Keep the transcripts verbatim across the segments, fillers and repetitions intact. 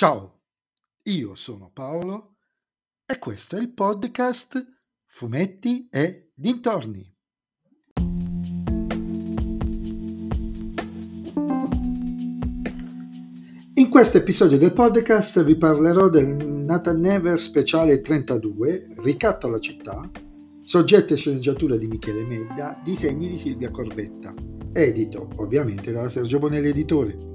Ciao, io sono Paolo e questo è il podcast Fumetti e Dintorni. In questo episodio del podcast vi parlerò del Nathan Never speciale trentadue, Ricatto alla città, soggetto e sceneggiatura di Michele Medda, disegni di Silvia Corbetta, edito ovviamente dalla Sergio Bonelli Editore.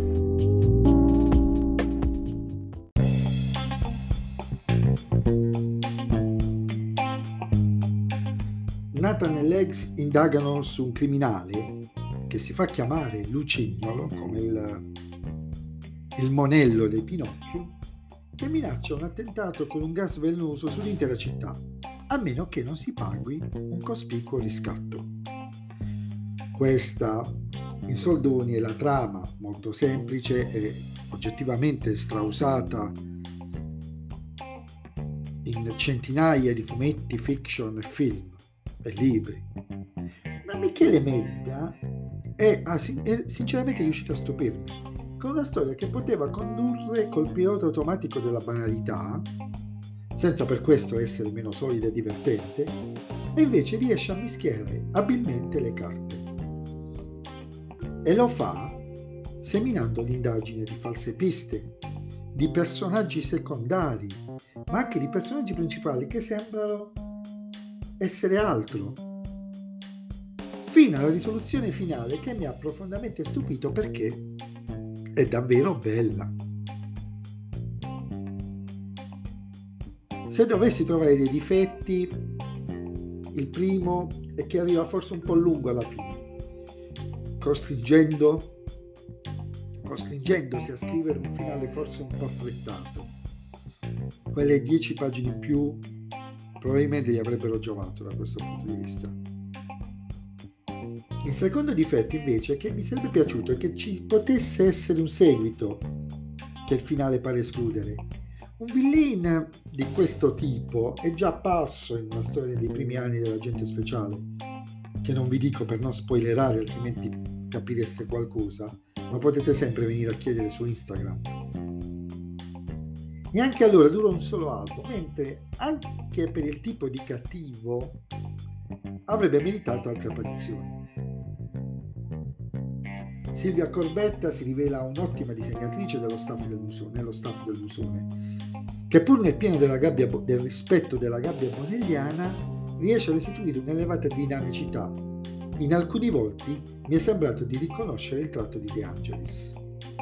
Nathan e Legs indagano su un criminale che si fa chiamare Lucignolo, come il, il monello dei Pinocchio, che minaccia un attentato con un gas velenoso sull'intera città, a meno che non si paghi un cospicuo riscatto. Questa, in soldoni, è la trama, molto semplice e oggettivamente strausata in centinaia di fumetti, fiction e film e libri. Ma Michele Medda è, è sinceramente riuscito a stupirmi con una storia che poteva condurre col pilota automatico della banalità, senza per questo essere meno solida e divertente, e invece riesce a mischiare abilmente le carte. E lo fa seminando l'indagine di false piste, di personaggi secondari, ma anche di personaggi principali che sembrano essere altro, fino alla risoluzione finale che mi ha profondamente stupito perché è davvero bella. Se dovessi trovare dei difetti, il primo è che arriva forse un po' lungo alla fine, costringendo costringendosi a scrivere un finale forse un po' affrettato. Quelle dieci pagine in più probabilmente gli avrebbero giovato da questo punto di vista. Il secondo difetto invece è che mi sarebbe piaciuto che ci potesse essere un seguito che il finale pare escludere. Un villain di questo tipo è già apparso in una storia dei primi anni dell'Agente Speciale, che non vi dico per non spoilerare, altrimenti capireste qualcosa, ma potete sempre venire a chiedere su Instagram. E anche allora dura un solo albo, mentre anche per il tipo di cattivo avrebbe meritato altre apparizioni. Silvia Corbetta si rivela un'ottima disegnatrice dello staff del musone, nello staff del Musone, che pur nel pieno della gabbia, del rispetto della gabbia bonelliana riesce a restituire un'elevata dinamicità. In alcuni volti mi è sembrato di riconoscere il tratto di De Angelis.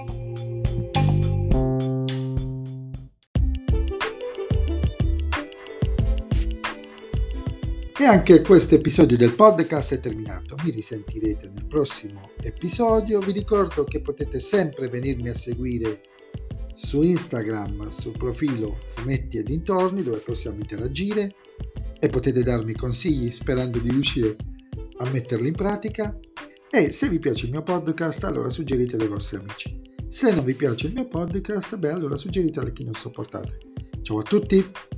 E anche questo episodio del podcast è terminato. Mi risentirete nel prossimo episodio. Vi ricordo che potete sempre venirmi a seguire su Instagram, sul profilo Fumetti e Dintorni, dove possiamo interagire e potete darmi consigli sperando di riuscire a metterli in pratica. E se vi piace il mio podcast, allora suggeritelo ai vostri amici. Se non vi piace il mio podcast, beh, allora suggeritelo a chi non sopportate. Ciao a tutti!